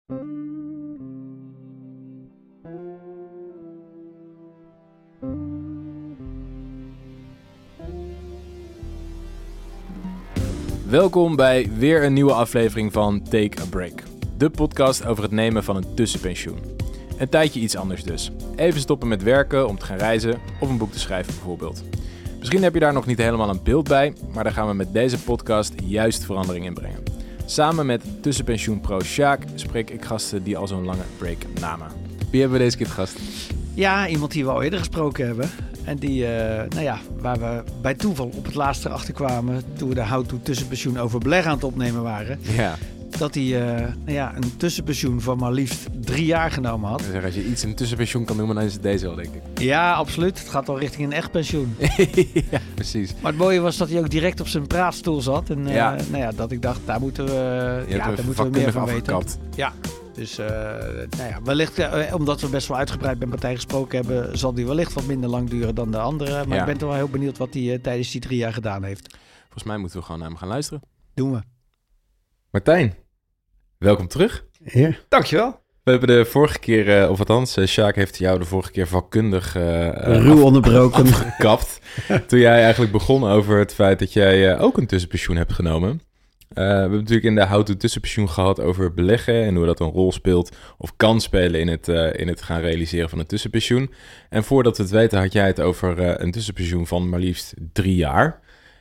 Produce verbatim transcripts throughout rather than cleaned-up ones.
Welkom bij weer een nieuwe aflevering van Take a Break. De podcast over het nemen van een tussenpensioen. Een tijdje iets anders dus. Even stoppen met werken om te gaan reizen of een boek te schrijven bijvoorbeeld. Misschien heb je daar nog niet helemaal een beeld bij, maar daar gaan we met deze podcast juist verandering in brengen. Samen met tussenpensioenpro Sjaak spreek ik gasten die al zo'n lange break namen. Wie hebben we deze keer te gast? Ja, iemand die we al eerder gesproken hebben. En die, uh, nou ja, waar we bij toeval op het laatst erachter kwamen toen we de How to tussenpensioen over beleggen aan het opnemen waren. Ja. Dat hij uh, nou ja, een tussenpensioen van maar liefst drie jaar genomen had. Dus als je iets een tussenpensioen kan noemen, dan is het deze wel, denk ik. Ja, absoluut. Het gaat al richting een echt pensioen. Ja, precies. Maar het mooie was dat hij ook direct op zijn praatstoel zat. En uh, Ja. nou ja, dat ik dacht, daar moeten we, Je ja, hebt daar er moeten we meer van vakkundig weten. Ja. Dus uh, nou ja, wellicht, uh, omdat we best wel uitgebreid met Martijn gesproken hebben, zal die wellicht wat minder lang duren dan de andere. Maar Ja. ik ben toch wel heel benieuwd wat hij uh, tijdens die drie jaar gedaan heeft. Volgens mij moeten we gewoon naar hem gaan luisteren. Doen we. Martijn, welkom terug. Ja. Dankjewel. We hebben de vorige keer, uh, of althans, uh, Sjaak heeft jou de vorige keer vakkundig uh, ruw af, onderbroken. afgekapt. Toen jij eigenlijk begon over het feit dat jij uh, ook een tussenpensioen hebt genomen. Uh, we hebben natuurlijk in de How to tussenpensioen gehad over beleggen en hoe dat een rol speelt of kan spelen in het, uh, in het gaan realiseren van een tussenpensioen. En voordat we het weten had jij het over uh, een tussenpensioen van maar liefst drie jaar.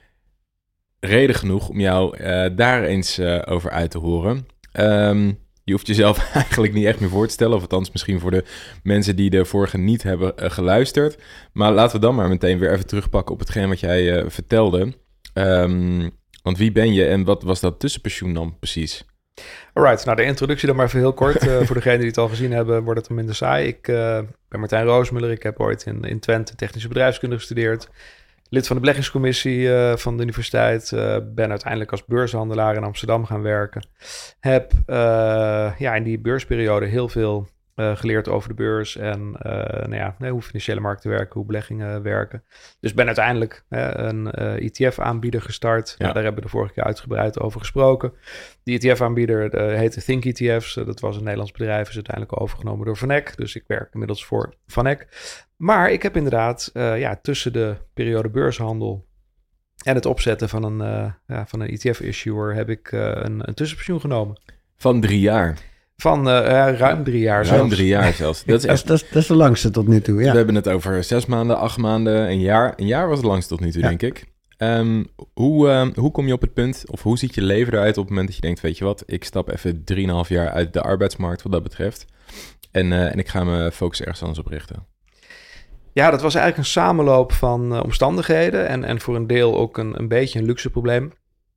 Reden genoeg om jou uh, daar eens uh, over uit te horen. Um, je hoeft jezelf eigenlijk niet echt meer voor te stellen, of althans misschien voor de mensen die de vorige niet hebben uh, geluisterd. Maar laten we dan maar meteen weer even terugpakken op hetgeen wat jij uh, vertelde. Um, Want wie ben je en wat was dat tussenpensioen dan precies? Alright, nou de introductie dan maar even heel kort. Uh, voor degenen die het al gezien hebben, wordt het dan minder saai. Ik uh, ben Martijn Roosmuller. Ik heb ooit in, in Twente technische bedrijfskunde gestudeerd. Lid van de beleggingscommissie uh, van de universiteit. Uh, ben uiteindelijk als beurshandelaar in Amsterdam gaan werken. Heb uh, ja, in die beursperiode heel veel Uh, geleerd over de beurs en uh, nou ja, hoe financiële markten werken, hoe beleggingen werken. Dus ben uiteindelijk uh, een uh, E T F-aanbieder gestart. Ja. Nou, daar hebben we de vorige keer uitgebreid over gesproken. Die E T F-aanbieder uh, heette Think E T F's. Uh, dat was een Nederlands bedrijf, is uiteindelijk overgenomen door Van Eck. Dus ik werk inmiddels voor Van Eck. Maar ik heb inderdaad uh, ja, tussen de periode beurshandel en het opzetten van een, uh, ja, van een E T F-issuer heb ik uh, een, een tussenpensioen genomen. Van drie jaar? Van uh, ruim drie jaar ruim zelfs. drie jaar zelfs. Dat is, echt... dat, is, dat is de langste tot nu toe, ja. We hebben het over zes maanden, acht maanden, een jaar. Een jaar was het langste tot nu toe, ja. Denk ik. Um, hoe, um, hoe kom je op het punt, of hoe ziet je leven eruit op het moment dat je denkt, weet je wat, ik stap even drieënhalf jaar uit de arbeidsmarkt wat dat betreft. En, uh, en ik ga me focussen ergens anders op richten. Ja, dat was eigenlijk een samenloop van uh, omstandigheden en, en voor een deel ook een, een beetje een luxe probleem.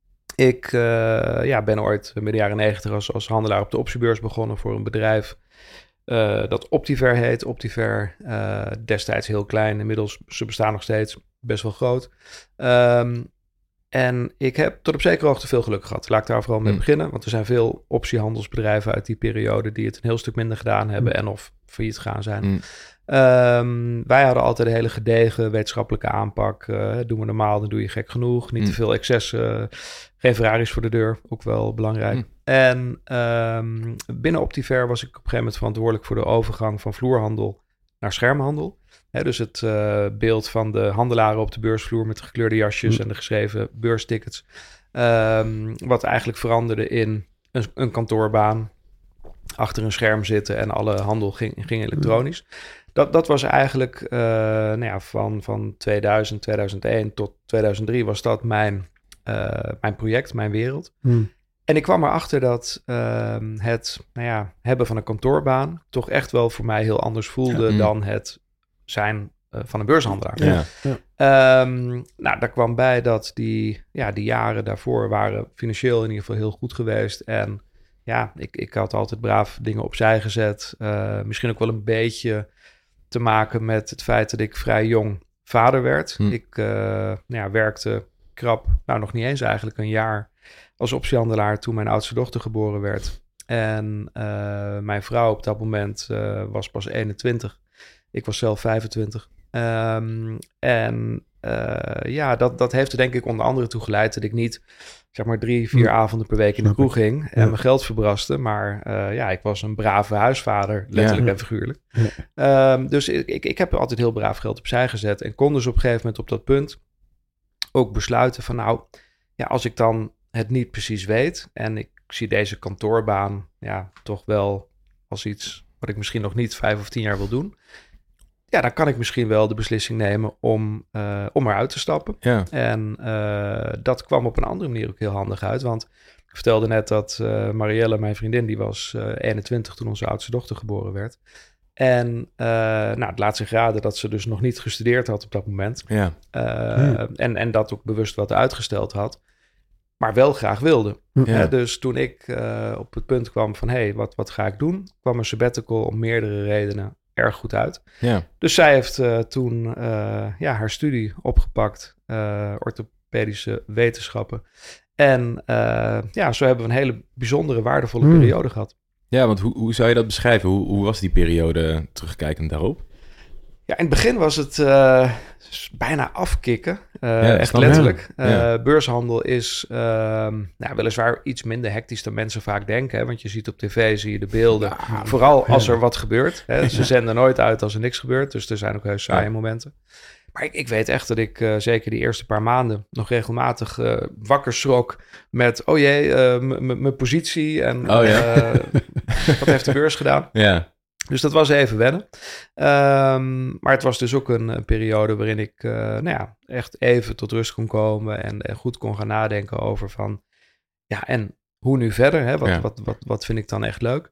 Ik uh, ja, ben ooit midden jaren negentig als, als handelaar op de optiebeurs begonnen voor een bedrijf uh, dat Optiver heet. Optiver, uh, destijds heel klein, inmiddels ze bestaan nog steeds, best wel groot. Um, en ik heb tot op zekere hoogte veel geluk gehad. Laat ik daar vooral mee mm. beginnen, want er zijn veel optiehandelsbedrijven uit die periode die het een heel stuk minder gedaan hebben mm. en of failliet gaan zijn. Mm. Um, wij hadden altijd een hele gedegen wetenschappelijke aanpak. Uh, doen we normaal, dan doe je gek genoeg. Niet mm. te veel excessen. Geen Ferraris voor de deur, ook wel belangrijk. Mm. En um, binnen Optiver was ik op een gegeven moment verantwoordelijk voor de overgang van vloerhandel naar schermhandel. He, dus het uh, beeld van de handelaren op de beursvloer met de gekleurde jasjes mm. en de geschreven beurstickets. Um, wat eigenlijk veranderde in een, een kantoorbaan. Achter een scherm zitten en alle handel ging, ging elektronisch. Mm. Dat, dat was eigenlijk uh, nou ja, van, van tweeduizend, tweeduizend één tot tweeduizend drie was dat mijn, uh, mijn project, mijn wereld. Hmm. En ik kwam erachter dat uh, het nou ja, hebben van een kantoorbaan toch echt wel voor mij heel anders voelde ja. dan het zijn uh, van een beurshandelaar. Ja. Ja. Um, nou, daar kwam bij dat die, ja, die jaren daarvoor waren financieel in ieder geval heel goed geweest. En ja, ik, ik had altijd braaf dingen opzij gezet. Uh, misschien ook wel een beetje te maken met het feit dat ik vrij jong vader werd. Hm. Ik uh, nou ja, werkte krap, nou nog niet eens eigenlijk een jaar als optiehandelaar toen mijn oudste dochter geboren werd. En uh, mijn vrouw op dat moment uh, was pas eenentwintig. Ik was zelf vijfentwintig. Um, en uh, ja, dat, dat heeft er denk ik onder andere toe geleid dat ik niet, zeg maar, drie, vier hm. avonden per week in de kroeg ging en ja. mijn geld verbraste. Maar uh, ja, ik was een brave huisvader, letterlijk ja. en figuurlijk. Ja. Um, dus ik, ik, ik heb altijd heel braaf geld opzij gezet en kon dus op een gegeven moment op dat punt ook besluiten van nou, ja, als ik dan het niet precies weet en ik zie deze kantoorbaan ja, toch wel als iets wat ik misschien nog niet vijf of tien jaar wil doen. Ja, dan kan ik misschien wel de beslissing nemen om, uh, om eruit te stappen. Ja. En uh, dat kwam op een andere manier ook heel handig uit. Want ik vertelde net dat uh, Marielle, mijn vriendin, die was uh, eenentwintig toen onze oudste dochter geboren werd. En uh, nou, het laat zich raden dat ze dus nog niet gestudeerd had op dat moment. Ja. Uh, hmm. en, en dat ook bewust wat uitgesteld had. Maar wel graag wilde. Ja. Uh, dus toen ik uh, op het punt kwam van, hé, hey, wat, wat ga ik doen? Kwam een sabbatical om meerdere redenen erg goed uit. Ja. Dus zij heeft uh, toen uh, ja, haar studie opgepakt, uh, orthopedische wetenschappen. En uh, ja, zo hebben we een hele bijzondere, waardevolle hmm. periode gehad. Ja, want hoe, hoe zou je dat beschrijven? Hoe, hoe was die periode terugkijkend daarop? Ja, in het begin was het uh, bijna afkicken. Uh, ja, echt letterlijk. Ja. Uh, ja. Beurshandel is uh, nou, weliswaar iets minder hectisch dan mensen vaak denken. Hè? Want je ziet op tv, zie je de beelden. Ja, vooral als er wat gebeurt. Hè? Ze zenden nooit uit als er niks gebeurt. Dus er zijn ook heus saaie ja. momenten. Maar ik, ik weet echt dat ik uh, zeker die eerste paar maanden nog regelmatig uh, wakker schrok met... oh jee, uh, mijn positie en oh, ja. uh, wat heeft de beurs gedaan? Ja. Dus dat was even wennen. Um, maar het was dus ook een, een periode waarin ik uh, nou ja, echt even tot rust kon komen en, en goed kon gaan nadenken over van, ja, en hoe nu verder? Hè? Wat, ja. wat, wat, wat vind ik dan echt leuk?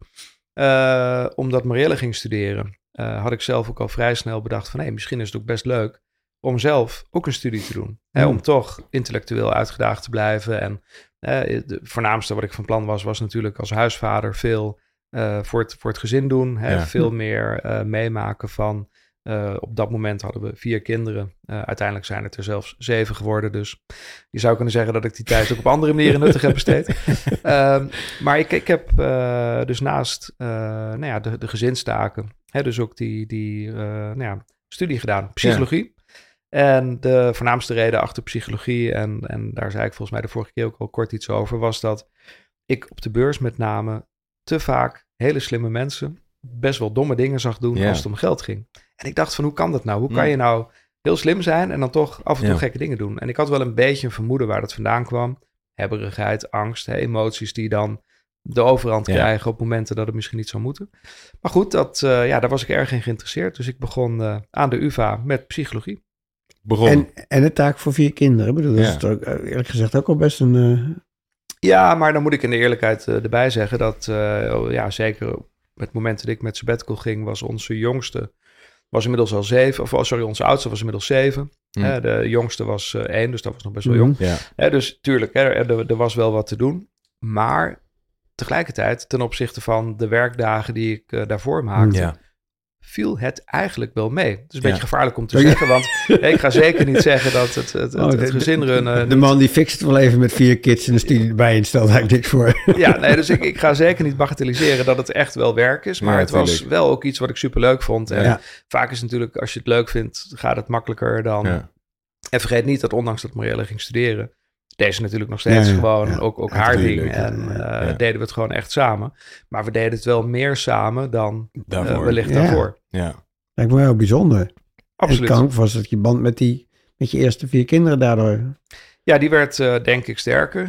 Uh, omdat Marielle ging studeren, uh, had ik zelf ook al vrij snel bedacht van, hé, hey, misschien is het ook best leuk om zelf ook een studie te doen. Hè? Om toch intellectueel uitgedaagd te blijven. En uh, het voornaamste wat ik van plan was, was natuurlijk als huisvader veel... Uh, voor, het, voor het gezin doen. Hè? Ja. Veel meer uh, meemaken van... Uh, op dat moment hadden we vier kinderen. Uh, uiteindelijk zijn het er zelfs zeven geworden. Dus je zou kunnen zeggen dat ik die tijd ook op andere manieren nuttig heb besteed. Uh, maar ik, ik heb uh, dus naast uh, nou ja, de, de gezinstaken... Hè, dus ook die, die uh, nou ja, studie gedaan. Psychologie. Ja. En de voornaamste reden achter psychologie... En, en daar zei ik volgens mij de vorige keer ook al kort iets over... was dat ik op de beurs met name... te vaak hele slimme mensen best wel domme dingen zag doen yeah. als het om geld ging. En ik dacht van, hoe kan dat nou? Hoe kan je nou heel slim zijn en dan toch af en toe yeah. gekke dingen doen? En ik had wel een beetje een vermoeden waar dat vandaan kwam. Hebberigheid, angst, hè, emoties die dan de overhand yeah. krijgen op momenten dat het misschien niet zou moeten. Maar goed, dat, uh, ja, daar was ik erg in geïnteresseerd. Dus ik begon uh, aan de U vA met psychologie. Begon. En, en een taak voor vier kinderen. Ik bedoel, dat yeah. is toch, eerlijk gezegd ook al best een... Uh... Ja, maar dan moet ik in de eerlijkheid uh, erbij zeggen dat, uh, oh, ja, zeker op het moment dat ik met sabbatical ging, was onze jongste, was inmiddels al zeven, of oh, sorry, onze oudste was inmiddels zeven. Mm. Uh, de jongste was uh, één, dus dat was nog best wel mm. jong. Ja. Uh, dus tuurlijk, hè, er, er was wel wat te doen. Maar tegelijkertijd, ten opzichte van de werkdagen die ik uh, daarvoor maakte, ja. viel het eigenlijk wel mee. Het is een ja. beetje gevaarlijk om te zeggen, want hey, ik ga zeker niet zeggen dat het, het, het, het, het gezin runnen... De, de, de man die fixt het wel even met vier kids en een studie erbij en stelt eigenlijk niks voor. Ja, nee, dus ik, ik ga zeker niet bagatelliseren dat het echt wel werk is, maar ja, het was wel ook iets wat ik super leuk vond. En ja. vaak is het natuurlijk, als je het leuk vindt, gaat het makkelijker dan... Ja. En vergeet niet dat ondanks dat Marielle ging studeren, deze natuurlijk nog steeds ja, ja, gewoon ja, ook, ook ja, haar ding. En uh, ja. deden we het gewoon echt samen. Maar we deden het wel meer samen dan uh, wellicht ja. daarvoor. Ja. Lijkt me wel bijzonder. Absoluut. En kan ook was dat je band met, die, met je eerste vier kinderen daardoor... Ja, die werd uh, denk ik sterker.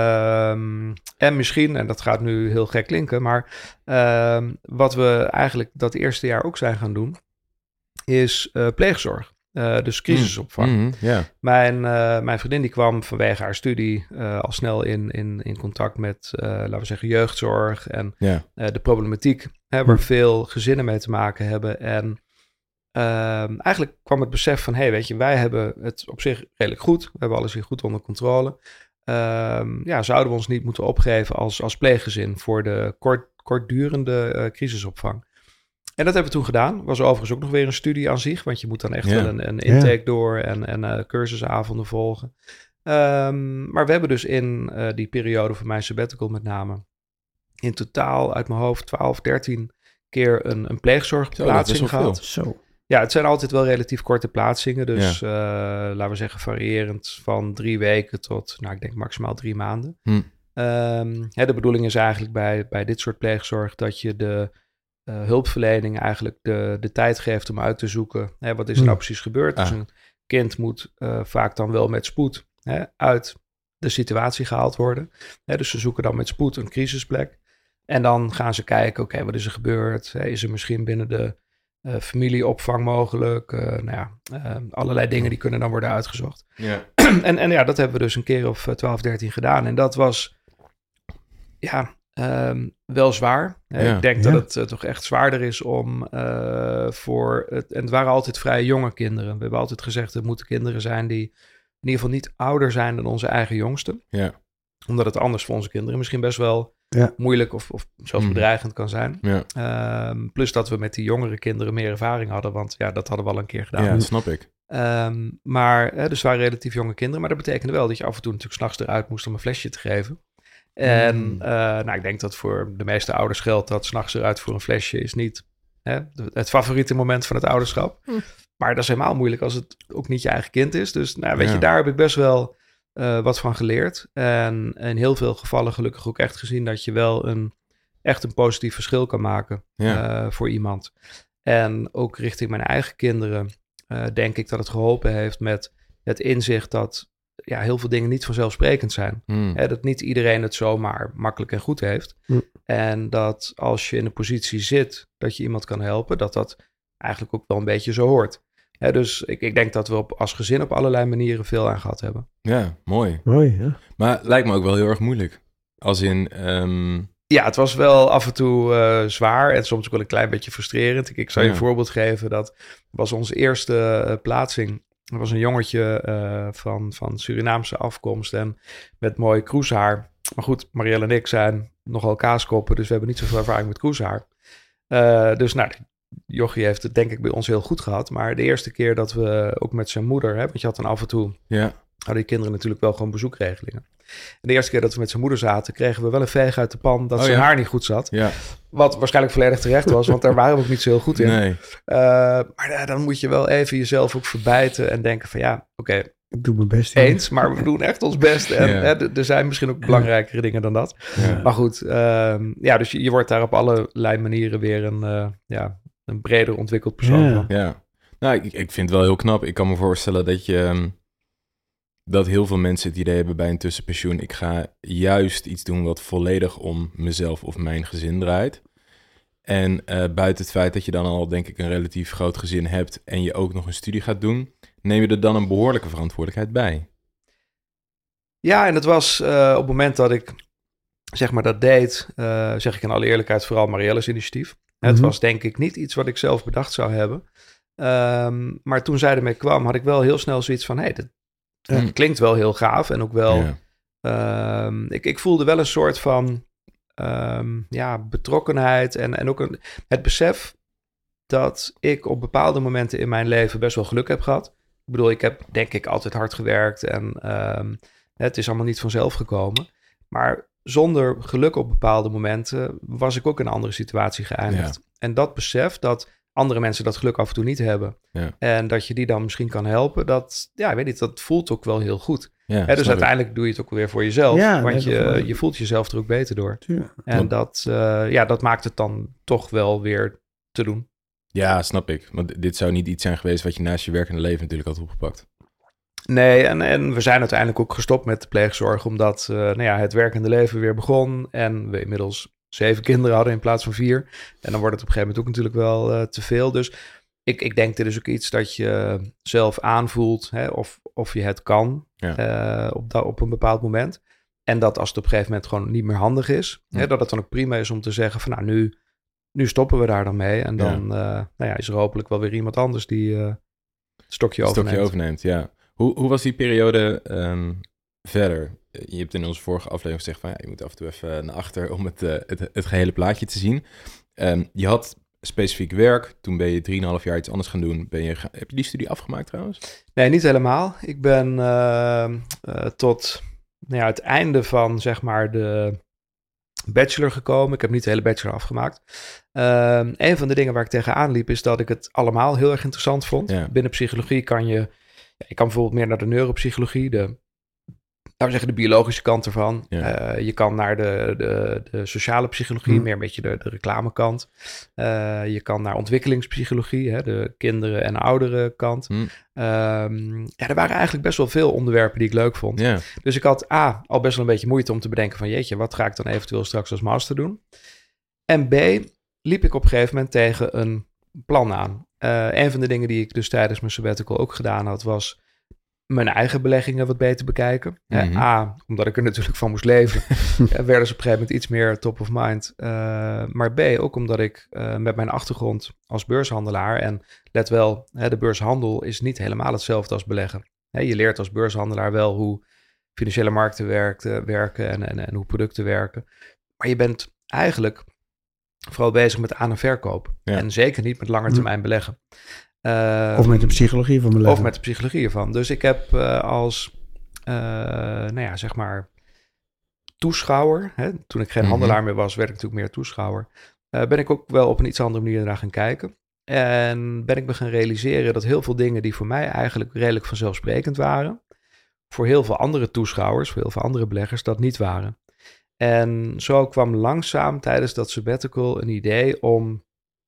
Um, en misschien, en dat gaat nu heel gek klinken, maar um, wat we eigenlijk dat eerste jaar ook zijn gaan doen, is uh, pleegzorg. Uh, dus crisisopvang. Mm, yeah. mijn, uh, mijn vriendin die kwam vanwege haar studie uh, al snel in, in, in contact met, uh, laten we zeggen, jeugdzorg en yeah. uh, de problematiek hè, waar mm. veel gezinnen mee te maken hebben. En uh, eigenlijk kwam het besef van, hé, hey, weet je, wij hebben het op zich redelijk goed. We hebben alles hier goed onder controle. Uh, ja, zouden we ons niet moeten opgeven als, als pleeggezin voor de kort, kortdurende uh, crisisopvang? En dat hebben we toen gedaan. Was overigens ook nog weer een studie aan zich. Want je moet dan echt ja. wel een, een intake ja. door en, en uh, cursusavonden volgen. Um, maar we hebben dus in uh, die periode van mijn sabbatical met name... in totaal uit mijn hoofd twaalf, dertien keer een, een pleegzorgplaatsing gehad. Zo. Ja, het zijn altijd wel relatief korte plaatsingen. Dus ja. uh, laten we zeggen variërend van drie weken tot, nou ik denk maximaal drie maanden. Hm. Um, hè, de bedoeling is eigenlijk bij, bij dit soort pleegzorg dat je de uh, hulpverlening eigenlijk de, de tijd geeft om uit te zoeken. Hè, wat is er hm. nou precies gebeurd? Ah. Dus een kind moet uh, vaak dan wel met spoed hè, uit de situatie gehaald worden. Hè, dus ze zoeken dan met spoed een crisisplek. En dan gaan ze kijken, oké, okay, wat is er gebeurd? Hè, is er misschien binnen de uh, familieopvang mogelijk? Uh, nou ja, uh, allerlei dingen die kunnen dan worden uitgezocht. Ja. en, en ja, dat hebben we dus een keer of twaalf, dertien gedaan. En dat was ja, um, wel zwaar. Ja, ik denk ja. dat het uh, toch echt zwaarder is om uh, voor... Het, en het waren altijd vrij jonge kinderen. We hebben altijd gezegd, het moeten kinderen zijn die in ieder geval niet ouder zijn dan onze eigen jongsten. Ja. Omdat het anders voor onze kinderen misschien best wel ja. moeilijk of, of zelfs bedreigend kan zijn. Ja. Um, plus dat we met die jongere kinderen meer ervaring hadden. Want ja, dat hadden we al een keer gedaan. Ja, dat snap ik. Um, maar, hè, dus het waren relatief jonge kinderen. Maar dat betekende wel dat je af en toe natuurlijk 's nachts eruit moest om een flesje te geven. En mm. uh, nou, ik denk dat voor de meeste ouders geldt dat 's nachts eruit voor een flesje is niet hè, het favoriete moment van het ouderschap. Mm. Maar dat is helemaal moeilijk als het ook niet je eigen kind is. Dus nou, weet ja. je, daar heb ik best wel uh, wat van geleerd. En in heel veel gevallen gelukkig ook echt gezien dat je wel een echt een positief verschil kan maken ja. uh, voor iemand. En ook richting mijn eigen kinderen uh, denk ik dat het geholpen heeft met het inzicht dat ja, heel veel dingen niet vanzelfsprekend zijn. Mm. Hè, dat niet iedereen het zomaar makkelijk en goed heeft. Mm. En dat als je in een positie zit dat je iemand kan helpen, dat dat eigenlijk ook wel een beetje zo hoort. Hè, dus ik, ik denk dat we op, als gezin op allerlei manieren veel aan gehad hebben. Ja, mooi. Mooi, ja. Maar het lijkt me ook wel heel erg moeilijk. Als in... Um... Ja, het was wel af en toe uh, zwaar en soms ook wel een klein beetje frustrerend. Ik, ik zal je ja. een voorbeeld geven. Dat was onze eerste uh, plaatsing. Er was een jongetje uh, van, van Surinaamse afkomst en met mooi kroeshaar. Maar goed, Marielle en ik zijn nogal kaaskoppen, dus we hebben niet zoveel ervaring met kroeshaar. Uh, dus nou, Jochie heeft het denk ik bij ons heel goed gehad. Maar de eerste keer dat we ook met zijn moeder, hè, want je had dan af en toe... Ja. Hadden die kinderen natuurlijk wel gewoon bezoekregelingen. En de eerste keer dat we met zijn moeder zaten, kregen we wel een veeg uit de pan dat oh, zijn ja. haar niet goed zat. Ja. Wat waarschijnlijk volledig terecht was, want daar waren we ook niet zo heel goed in. Nee. Uh, maar uh, dan moet je wel even jezelf ook verbijten en denken van ja, oké. Okay, ik doe mijn best. Eens, maar we doen echt ons best. En ja. hè, d- er zijn misschien ook belangrijkere dingen dan dat. Ja. Maar goed, uh, ja, dus je, je wordt daar op allerlei manieren weer een, uh, ja, een breder ontwikkeld persoon ja. van. Ja, nou, ik, ik vind het wel heel knap. Ik kan me voorstellen dat je... Um... dat heel veel mensen het idee hebben bij een tussenpensioen. Ik ga juist iets doen wat volledig om mezelf of mijn gezin draait. En uh, buiten het feit dat je dan al, denk ik, een relatief groot gezin hebt en je ook nog een studie gaat doen, neem je er dan een behoorlijke verantwoordelijkheid bij. Ja, en het was uh, op het moment dat ik zeg maar dat deed, uh, zeg ik in alle eerlijkheid, vooral Marielle's initiatief. Mm-hmm. Het was denk ik niet iets wat ik zelf bedacht zou hebben. Um, maar toen zij ermee kwam, had ik wel heel snel zoiets van, hé, hey, dit Het mm. klinkt wel heel gaaf en ook wel... Ja. Um, ik, ik voelde wel een soort van um, ja, betrokkenheid en, en ook een, het besef dat ik op bepaalde momenten in mijn leven best wel geluk heb gehad. Ik bedoel, ik heb denk ik altijd hard gewerkt en um, het is allemaal niet vanzelf gekomen. Maar zonder geluk op bepaalde momenten was ik ook in een andere situatie geëindigd. Ja. En dat besef dat... andere mensen dat geluk af en toe niet hebben. Ja. En dat je die dan misschien kan helpen. Dat, ja, ik weet niet, dat voelt ook wel heel goed. Ja, Hè, dus uiteindelijk ik. doe je het ook weer voor jezelf. Ja, want je, je voelt jezelf er ook beter door. Ja. En dat, uh, ja, dat maakt het dan toch wel weer te doen. Ja, snap ik. Want dit zou niet iets zijn geweest wat je naast je werkende leven natuurlijk had opgepakt. Nee, en, en we zijn uiteindelijk ook gestopt met de pleegzorg. Omdat uh, nou ja, het werkende leven weer begon. En we inmiddels... zeven kinderen hadden in plaats van vier. En dan wordt het op een gegeven moment ook natuurlijk wel uh, te veel. Dus ik, ik denk, dit is ook iets dat je zelf aanvoelt, hè, of, of je het kan ja. uh, op, da- op een bepaald moment. En dat als het op een gegeven moment gewoon niet meer handig is, ja. hè, dat het dan ook prima is om te zeggen van nou, nu, nu stoppen we daar dan mee. En dan ja. Uh, nou ja, is er hopelijk wel weer iemand anders die uh, het stokje overneemt. stokje overneemt, ja. Hoe, hoe was die periode um, verder? Je hebt in onze vorige aflevering gezegd van ja, je moet af en toe even naar achter om het, uh, het, het gehele plaatje te zien. Um, je had specifiek werk, toen ben je drieënhalf jaar iets anders gaan doen. Ben je, heb je die studie afgemaakt trouwens? Nee, niet helemaal. Ik ben uh, uh, tot nou ja, het einde van zeg maar de bachelor gekomen. Ik heb niet de hele bachelor afgemaakt. Um, een van de dingen waar ik tegenaan liep is dat ik het allemaal heel erg interessant vond. Ja. Binnen psychologie kan je... Ja, je kan bijvoorbeeld meer naar de neuropsychologie, de, laten we zeggen de biologische kant ervan. Ja. Uh, je kan naar de, de, de sociale psychologie, mm. meer een beetje de, de reclamekant. Uh, je kan naar ontwikkelingspsychologie, hè, de kinderen- en ouderen kant. Mm. Um, ja, er waren eigenlijk best wel veel onderwerpen die ik leuk vond. Ja. Dus ik had A, al best wel een beetje moeite om te bedenken van jeetje, wat ga ik dan eventueel straks als master doen? En B, liep ik op een gegeven moment tegen een plan aan. Uh, een van de dingen die ik dus tijdens mijn sabbatical ook gedaan had, was mijn eigen beleggingen wat beter bekijken. Mm-hmm. Uh, A, omdat ik er natuurlijk van moest leven, werden ze op een gegeven moment iets meer top of mind. Uh, maar B, ook omdat ik uh, met mijn achtergrond als beurshandelaar, en let wel, hè, de beurshandel is niet helemaal hetzelfde als beleggen. Hè, je leert als beurshandelaar wel hoe financiële markten werkt, uh, werken en, en, en hoe producten werken. Maar je bent eigenlijk vooral bezig met aan- en verkoop. Ja. En zeker niet met langetermijn beleggen. Uh, of met de psychologie van beleggen. Of met de psychologie ervan. Dus ik heb uh, als, uh, nou ja, zeg maar, toeschouwer, hè, toen ik geen mm-hmm. handelaar meer was, werd ik natuurlijk meer toeschouwer, uh, ben ik ook wel op een iets andere manier naar gaan kijken. En ben ik me gaan realiseren dat heel veel dingen die voor mij eigenlijk redelijk vanzelfsprekend waren, voor heel veel andere toeschouwers, voor heel veel andere beleggers, dat niet waren. En zo kwam langzaam tijdens dat sabbatical een idee om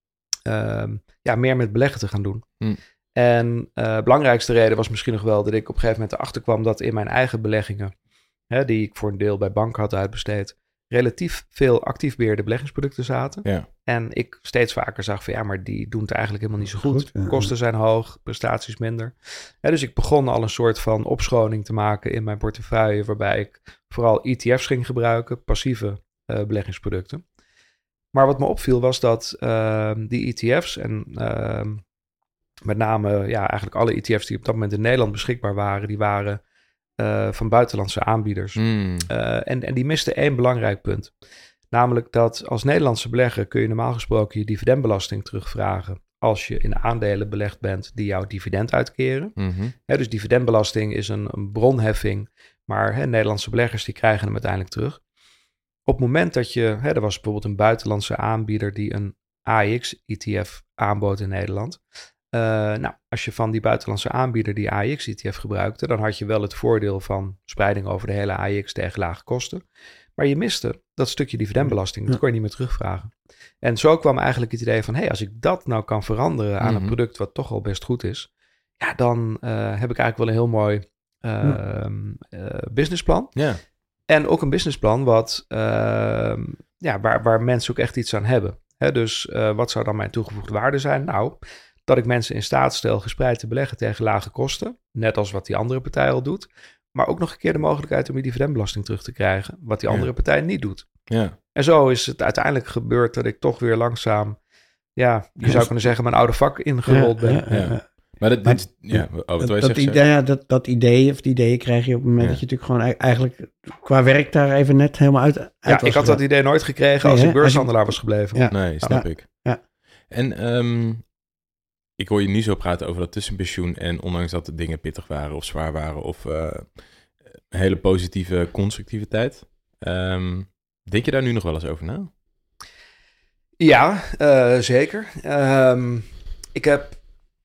uh, ja, meer met beleggen te gaan doen. Mm. En uh, belangrijkste reden was misschien nog wel dat ik op een gegeven moment erachter kwam dat in mijn eigen beleggingen, hè, die ik voor een deel bij banken had uitbesteed, relatief veel actief beheerde beleggingsproducten zaten. Ja. En ik steeds vaker zag van ja, maar die doen het eigenlijk helemaal niet zo goed. goed ja. Kosten zijn hoog, prestaties minder. Ja, dus ik begon al een soort van opschoning te maken in mijn portefeuille, waarbij ik vooral E T F's ging gebruiken, passieve uh, beleggingsproducten. Maar wat me opviel was dat uh, die E T F's en uh, met name ja, eigenlijk alle E T F's die op dat moment in Nederland beschikbaar waren, die waren uh, van buitenlandse aanbieders. Mm. Uh, en, en die misten één belangrijk punt. Namelijk dat als Nederlandse belegger kun je normaal gesproken je dividendbelasting terugvragen als je in aandelen belegd bent die jouw dividend uitkeren. Mm-hmm. He, dus dividendbelasting is een, een bronheffing, maar he, Nederlandse beleggers die krijgen hem uiteindelijk terug. Op het moment dat je, he, er was bijvoorbeeld een buitenlandse aanbieder die een A E X-E T F aanbood in Nederland. Uh, nou, als je van die buitenlandse aanbieder die A E X-E T F gebruikte, dan had je wel het voordeel van spreiding over de hele A E X tegen lage kosten. Maar je miste dat stukje dividendbelasting. Dat kon je niet meer terugvragen. En zo kwam eigenlijk het idee van, hé, hey, als ik dat nou kan veranderen aan mm-hmm. een product wat toch al best goed is, ja, dan uh, heb ik eigenlijk wel een heel mooi uh, ja. uh, businessplan. Ja. En ook een businessplan wat, uh, ja, waar, waar mensen ook echt iets aan hebben. Hè, dus uh, wat zou dan mijn toegevoegde waarde zijn? Nou, dat ik mensen in staat stel gespreid te beleggen tegen lage kosten. Net als wat die andere partij al doet. Maar ook nog een keer de mogelijkheid om je dividendbelasting terug te krijgen. Wat die andere ja. partij niet doet. Ja. En zo is het uiteindelijk gebeurd dat ik toch weer langzaam, ja, je zou kunnen zeggen, mijn oude vak ingerold ja, ben. Ja, ja, ja. Maar dat, maar, dit, ja, oh, dat, dat, idee, ja, dat, dat idee of die ideeën krijg je op het moment ja. dat je natuurlijk gewoon eigenlijk qua werk daar even net helemaal uit, uit ja, ik had dat idee nooit gekregen nee, als ik beurshandelaar was gebleven. Ja. Nee, snap ja. ik. Ja. En um, ik hoor je nu zo praten over dat tussenpensioen en ondanks dat de dingen pittig waren of zwaar waren of uh, een hele positieve constructieve tijd. Um, denk je daar nu nog wel eens over na? Ja, uh, zeker. Um, ik heb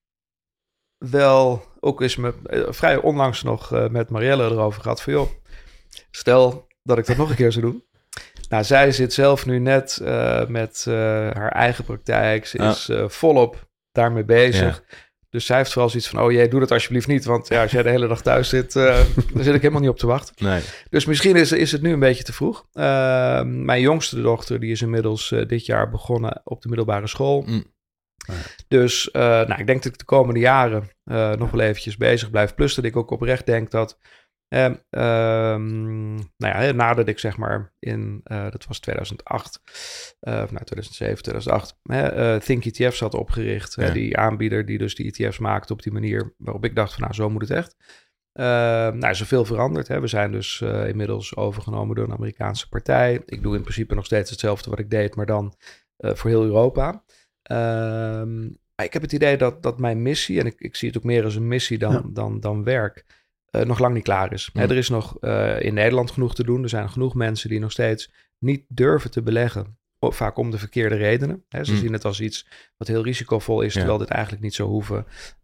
wel ook eens met, uh, vrij onlangs nog uh, met Marielle erover gehad van joh, stel dat ik dat nog een keer zou doen. Nou, zij zit zelf nu net uh, met uh, haar eigen praktijk. Ze is uh, volop daarmee bezig. Ja. Dus zij heeft vooral zoiets van, oh jee, doe dat alsjeblieft niet. Want ja, als jij de hele dag thuis zit, uh, dan zit ik helemaal niet op te wachten. Nee. Dus misschien is, is het nu een beetje te vroeg. Uh, mijn jongste dochter, die is inmiddels uh, dit jaar begonnen op de middelbare school. Mm. Ja. Dus uh, nou, ik denk dat ik de komende jaren uh, nog wel eventjes bezig blijf. Plus dat ik ook oprecht denk dat Uh, um, nou ja, nadat ik zeg maar in, uh, dat was tweeduizend acht, uh, nou tweeduizend zeven, tweeduizend acht, uh, Think E T F's had opgericht. Ja. Uh, die aanbieder die dus die E T F's maakte op die manier waarop ik dacht van nou, zo moet het echt. Uh, nou, is er veel veranderd. Hè. We zijn dus uh, inmiddels overgenomen door een Amerikaanse partij. Ik doe in principe nog steeds hetzelfde wat ik deed, maar dan uh, voor heel Europa. Uh, ik heb het idee dat, dat mijn missie, en ik, ik zie het ook meer als een missie dan, ja. dan, dan werk, Uh, nog lang niet klaar is. Mm. Hè, er is nog uh, in Nederland genoeg te doen. Er zijn genoeg mensen die nog steeds niet durven te beleggen. Vaak om de verkeerde redenen. Hè. Ze mm. zien het als iets wat heel risicovol is, terwijl ja. dit eigenlijk niet zou hoeven.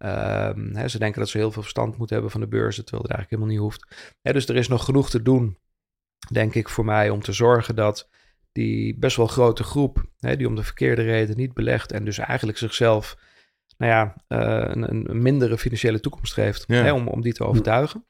Um, hè, ze denken dat ze heel veel verstand moeten hebben van de beurzen, terwijl het eigenlijk helemaal niet hoeft. Hè, dus er is nog genoeg te doen, denk ik, voor mij om te zorgen dat die best wel grote groep, hè, die om de verkeerde reden niet belegt en dus eigenlijk zichzelf, nou ja, uh, een, een mindere financiële toekomst geeft, ja. hè, om, om die te overtuigen.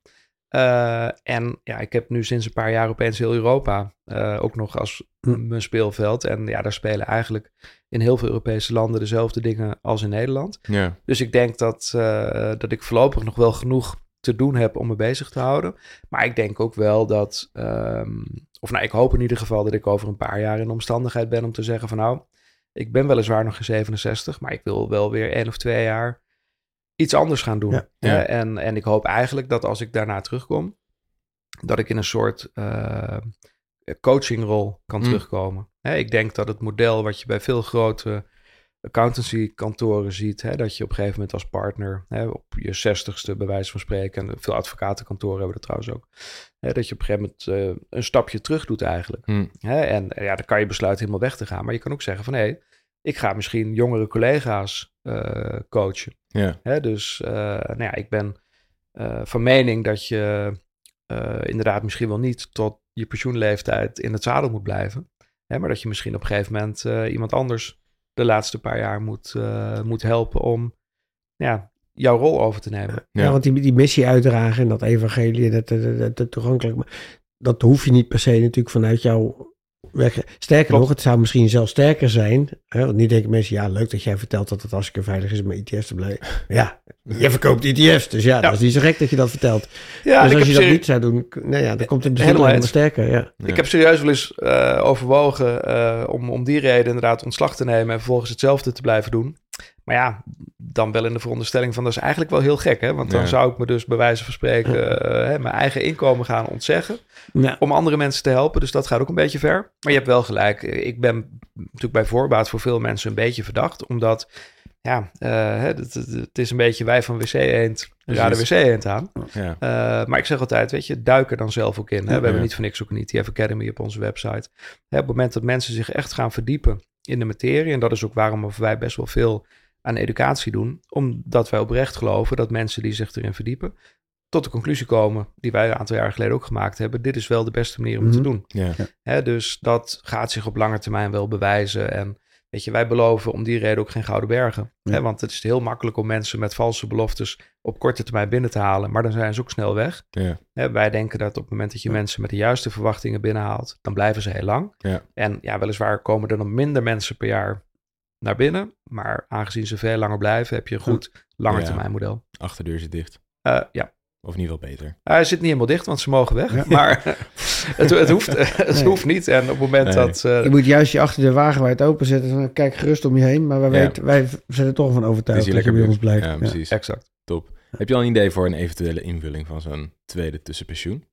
Uh, en ja, ik heb nu sinds een paar jaar opeens heel Europa uh, ook nog als hm. mijn speelveld. En ja, daar spelen eigenlijk in heel veel Europese landen dezelfde dingen als in Nederland. Ja. Dus ik denk dat, uh, dat ik voorlopig nog wel genoeg te doen heb om me bezig te houden. Maar ik denk ook wel dat, um, of nou, ik hoop in ieder geval dat ik over een paar jaar in de omstandigheid ben om te zeggen van nou, ik ben weliswaar nog geen zevenenzestig, maar ik wil wel weer één of twee jaar iets anders gaan doen. Ja, ja. Uh, en, en ik hoop eigenlijk dat als ik daarna terugkom, dat ik in een soort uh, coachingrol kan mm. terugkomen. Hè, ik denk dat het model wat je bij veel grote accountancy-kantoren ziet, hè, dat je op een gegeven moment als partner, hè, op je zestigste bij wijze van spreken, en veel advocatenkantoren hebben dat trouwens ook, hè, dat je op een gegeven moment uh, een stapje terug doet eigenlijk. Mm. Hè, en ja, dan kan je besluiten helemaal weg te gaan, maar je kan ook zeggen van hé, hey, ik ga misschien jongere collega's uh, coachen. Ja. Hè, dus uh, nou ja, ik ben uh, van mening dat je uh, inderdaad misschien wel niet tot je pensioenleeftijd in het zadel moet blijven. Hè, maar dat je misschien op een gegeven moment uh, iemand anders de laatste paar jaar moet, uh, moet helpen om ja, jouw rol over te nemen. Ja, ja want die, die missie uitdragen en dat evangelie, dat, dat, dat, dat toegankelijk, dat hoef je niet per se natuurlijk vanuit jouw werk. Sterker Klopt. nog, het zou misschien zelfs sterker zijn. Hè, want niet denken mensen, ja, leuk dat jij vertelt dat het hartstikke veilig is om E T F's te blijven. Ja, je verkoopt E T F's, dus ja, ja, dat is niet zo gek dat je dat vertelt. Ja, dus als je dat serie... niet zou doen, nou ja, dan komt het misschien helemaal sterker. Ja. Ja. Ik heb serieus wel eens uh, overwogen uh, om, om die reden inderdaad ontslag te nemen en vervolgens hetzelfde te blijven doen. Maar ja, dan wel in de veronderstelling van dat is eigenlijk wel heel gek, hè? Want dan ja. zou ik me dus bij wijze van spreken uh, hè, mijn eigen inkomen gaan ontzeggen ja. om andere mensen te helpen. Dus dat gaat ook een beetje ver. Maar je hebt wel gelijk. Ik ben natuurlijk bij voorbaat voor veel mensen een beetje verdacht, omdat ja, uh, het, het, het is een beetje wij van W C Eend, ja, de W C Eend aan. Ja. Uh, maar ik zeg altijd, weet je, duik er dan zelf ook in. Hè? We ja. hebben niet voor niks ook een E T F Academy op onze website. Hè, op het moment dat mensen zich echt gaan verdiepen in de materie, en dat is ook waarom wij best wel veel aan educatie doen, omdat wij oprecht geloven dat mensen die zich erin verdiepen tot de conclusie komen, die wij een aantal jaar geleden ook gemaakt hebben, dit is wel de beste manier om mm-hmm. te doen. Ja. Hè, dus dat gaat zich op lange termijn wel bewijzen. En weet je, wij beloven om die reden ook geen gouden bergen. Ja. Hè, want het is heel makkelijk om mensen met valse beloftes op korte termijn binnen te halen, maar dan zijn ze ook snel weg. Ja. Hè, wij denken dat op het moment dat je ja. mensen met de juiste verwachtingen binnenhaalt, dan blijven ze heel lang. Ja. En ja, weliswaar komen er dan minder mensen per jaar naar binnen, maar aangezien ze veel langer blijven, heb je een goed langetermijnmodel. Ja, achterdeur zit dicht. Uh, ja. Of in ieder geval beter. Uh, hij zit niet helemaal dicht, want ze mogen weg. Ja. Maar het, het, hoeft, het nee. hoeft niet. En op het moment nee. dat... Uh, je moet juist je achterdeur wagenwijd openzetten. Kijk gerust om je heen. Maar wij, ja. weten, wij zijn er toch van overtuigd dat je bij ons blijft. Ja, precies. Ja. Exact. Top. Heb je al een idee voor een eventuele invulling van zo'n tweede tussenpensioen?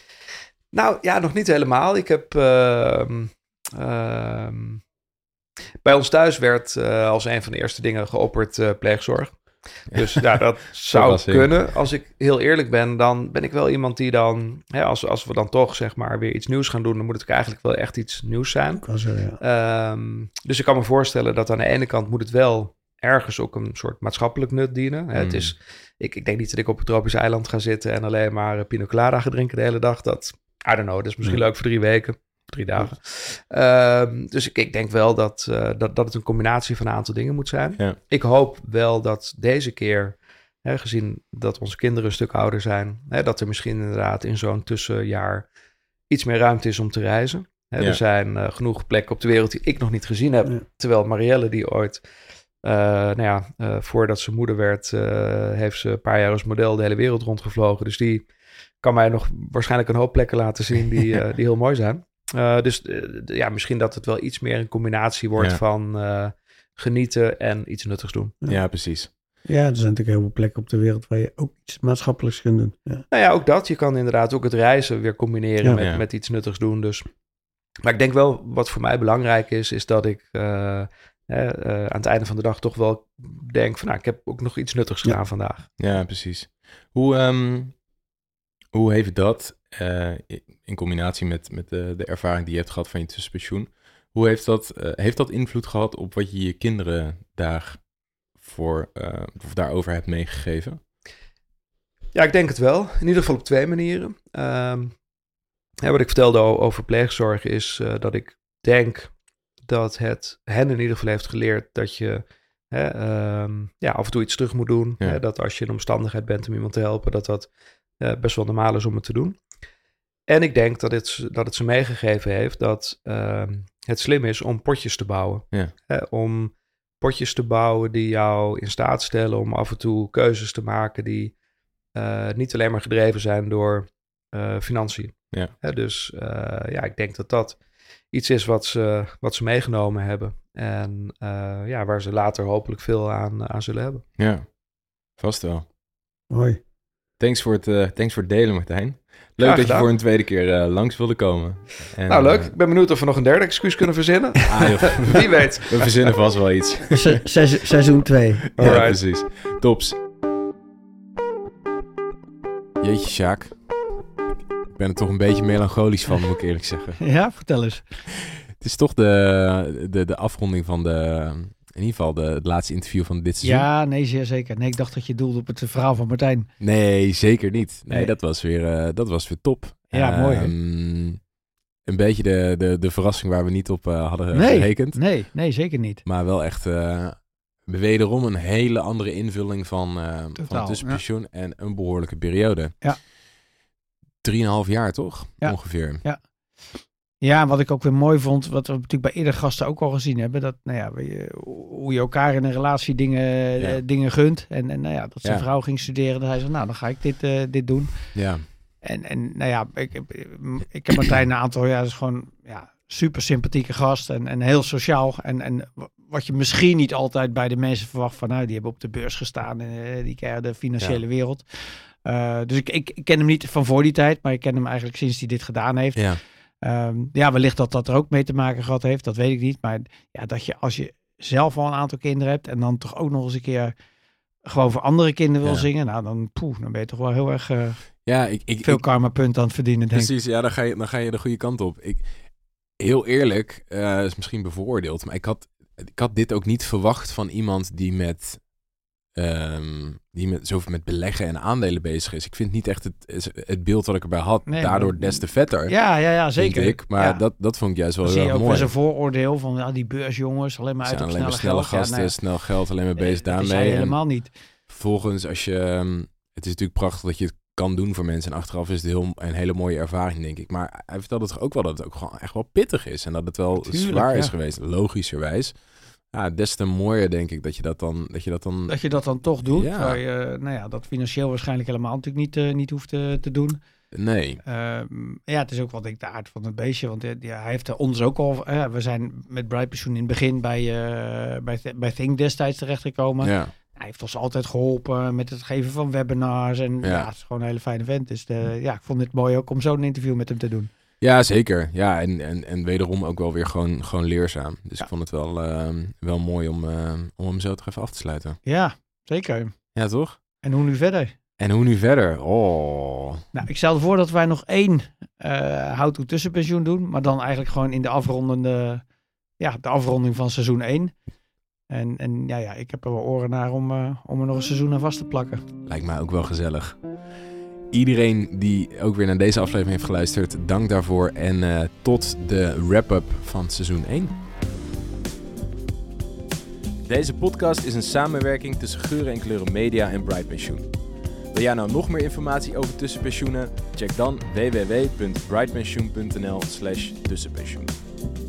Nou, ja, nog niet helemaal. Ik heb... Uh, uh, bij ons thuis werd uh, als een van de eerste dingen geopperd uh, pleegzorg. Dus ja, dat zou kunnen. Als ik heel eerlijk ben, dan ben ik wel iemand die dan... Hè, als, als we dan toch zeg maar weer iets nieuws gaan doen, dan moet het eigenlijk wel echt iets nieuws zijn. Zo, ja. um, dus ik kan me voorstellen dat aan de ene kant moet het wel ergens ook een soort maatschappelijk nut dienen. Hè, mm. het is, ik, ik denk niet dat ik op een tropisch eiland ga zitten en alleen maar uh, pina colada ga drinken de hele dag. Dat, I don't know, dat is misschien mm. leuk voor drie weken. Drie dagen. Uh, dus ik, ik denk wel dat, uh, dat, dat het een combinatie van een aantal dingen moet zijn. Ja. Ik hoop wel dat deze keer, hè, gezien dat onze kinderen een stuk ouder zijn, hè, dat er misschien inderdaad in zo'n tussenjaar iets meer ruimte is om te reizen. Hè, ja. Er zijn uh, genoeg plekken op de wereld die ik nog niet gezien heb. Ja. Terwijl Marielle, die ooit, uh, nou ja, uh, voordat ze moeder werd, uh, heeft ze een paar jaar als model de hele wereld rondgevlogen. Dus die kan mij nog waarschijnlijk een hoop plekken laten zien die, uh, die heel mooi zijn. Uh, dus uh, ja, misschien dat het wel iets meer een combinatie wordt ja. van uh, genieten en iets nuttigs doen. Ja. ja, precies. Ja, er zijn natuurlijk heel veel plekken op de wereld waar je ook iets maatschappelijks kunt doen. Ja. Nou ja, ook dat. Je kan inderdaad ook het reizen weer combineren ja. met, ja. met iets nuttigs doen. Dus. Maar ik denk wel, wat voor mij belangrijk is, is dat ik uh, uh, uh, aan het einde van de dag toch wel denk van, nou, ik heb ook nog iets nuttigs gedaan ja. vandaag. Ja, precies. Hoe, um, hoe heeft dat Uh, in combinatie met, met de, de ervaring die je hebt gehad van je tussenpensioen. Hoe heeft dat, uh, heeft dat invloed gehad op wat je je kinderen daarvoor, uh, of daarover hebt meegegeven? Ja, ik denk het wel. In ieder geval op twee manieren. Um, ja, wat ik vertelde over pleegzorg is uh, dat ik denk dat het hen in ieder geval heeft geleerd dat je hè, um, ja, af en toe iets terug moet doen. Ja. Hè, dat als je in de omstandigheid bent om iemand te helpen, dat dat uh, best wel normaal is om het te doen. En ik denk dat het, dat het ze meegegeven heeft dat uh, het slim is om potjes te bouwen. Ja. Hè, om potjes te bouwen die jou in staat stellen om af en toe keuzes te maken die uh, niet alleen maar gedreven zijn door uh, financiën. Ja. Hè, dus uh, ja, ik denk dat dat iets is wat ze, wat ze meegenomen hebben. En uh, ja, waar ze later hopelijk veel aan, aan zullen hebben. Ja, vast wel. Mooi. Thanks voor het, uh, thanks voor het delen, Martijn. Leuk Graag dat gedaan. je voor een tweede keer uh, langs wilde komen. En, nou, leuk. Uh, ik ben benieuwd of we nog een derde excuus kunnen verzinnen. Ah, joh. Wie weet. We verzinnen vast wel iets. Se- se- seizoen twee. Ja, precies. Tops. Jeetje, Sjaak. Ik ben er toch een beetje melancholisch van, moet ik eerlijk zeggen. Ja, vertel eens. Het is toch de, de, de afronding van de... In ieder geval de, het laatste interview van dit seizoen. Ja, nee, zeer zeker. Nee, ik dacht dat je doelde op het verhaal van Martijn. Nee, zeker niet. Nee, Nee. Dat, was weer, uh, dat was weer top. Ja, mooi, hè? Um, Een beetje de, de, de verrassing waar we niet op uh, hadden Nee, gerekend. nee, nee, zeker niet. Maar wel echt uh, wederom een hele andere invulling van, uh, van Totaal, het tussenpensioen. En een behoorlijke periode. Ja. Drieënhalf jaar, toch? Ja. Ongeveer. Ja. Ja, en wat ik ook weer mooi vond, wat we natuurlijk bij eerdere gasten ook al gezien hebben, dat nou ja, we- hoe je elkaar in een relatie dingen, Ja. eh, dingen gunt. En, en nou ja, dat zijn Ja. vrouw ging studeren, dat hij zei, nou dan ga ik dit, eh, dit doen. Ja. En, en nou ja, ik, ik, ik heb Martijn een aantal jaar, is gewoon ja, super sympathieke gast en, en heel sociaal. En, en wat je misschien niet altijd bij de mensen verwacht van, nou, die hebben op de beurs gestaan en die kennen de financiële Ja. wereld. Uh, dus ik, ik, ik ken hem niet van voor die tijd, maar ik ken hem eigenlijk sinds hij dit gedaan heeft. Ja. Um, ja, wellicht dat dat er ook mee te maken gehad heeft, dat weet ik niet. Maar ja, dat je als je zelf al een aantal kinderen hebt en dan toch ook nog eens een keer gewoon voor andere kinderen wil Ja. zingen, nou dan, poeh, dan ben je toch wel heel erg uh, Ja, ik... ik veel ik, karma punten aan het verdienen, denk ik. Precies, ja, dan ga, je, dan ga je de goede kant op. Ik, heel eerlijk, uh, is misschien bevooroordeeld, maar ik had, ik had dit ook niet verwacht van iemand die met, um, die met zoveel met beleggen en aandelen bezig is. Ik vind niet echt het, het beeld wat ik erbij had, Nee, daardoor maar- des te vetter, Ja, ja, ja, zeker. vind ik. Maar ja. dat, dat vond ik juist wel Dan heel zie je erg ook mooi. weer zo'n vooroordeel van ja, die beursjongens, alleen maar Ze uit zijn op alleen maar snelle snelle geld. Ja, gasten, nou ja, snel geld, alleen maar bezig nee, dat is daarmee. hij En helemaal niet. vervolgens, als je, um, het is natuurlijk prachtig dat je het kan doen voor mensen. En achteraf is het heel, een hele mooie ervaring, denk ik. Maar hij vertelde toch ook wel dat het ook gewoon echt wel pittig is. En dat het wel Tuurlijk, zwaar is ja. geweest, logischerwijs. Ja, des te mooier, denk ik, dat je dat dan... Dat je dat dan Dat je dat dan toch doet, Ja. waar je nou ja, dat financieel waarschijnlijk helemaal natuurlijk niet, uh, niet hoeft te, te doen. nee, Um, ja, het is ook wel denk ik de aard van het beestje, want uh, ja, hij heeft er ons ook al... Uh, we zijn met Bright Pensioen in het begin bij, uh, bij, bij Think destijds terechtgekomen. ja. Hij heeft ons altijd geholpen met het geven van webinars en ja, Ja. het is gewoon een hele fijne vent. Dus de, ja, ik vond het mooi ook om zo'n interview met hem te doen. Ja, zeker. Ja, en, en, en wederom ook wel weer gewoon, gewoon leerzaam. Dus Ja. ik vond het wel, uh, wel mooi om, uh, om hem zo toch even af te sluiten. Ja, zeker. Ja, toch? En hoe nu verder? En hoe nu verder? Oh. Nou, ik stel voor dat wij nog één uh, how-to tussenpensioen doen, maar dan eigenlijk gewoon in de afrondende, ja, de afronding van seizoen één. En, en ja, ja, ik heb er wel oren naar om, uh, om er nog een seizoen aan vast te plakken. Lijkt mij ook wel gezellig. Iedereen die ook weer naar deze aflevering heeft geluisterd, dank daarvoor. En uh, tot de wrap-up van seizoen één. Deze podcast is een samenwerking tussen Geuren en Kleuren Media en Bright Pensioen. Wil jij nou nog meer informatie over tussenpensioenen? Check dan w w w punt brightpensioen punt n l slash tussenpensioen.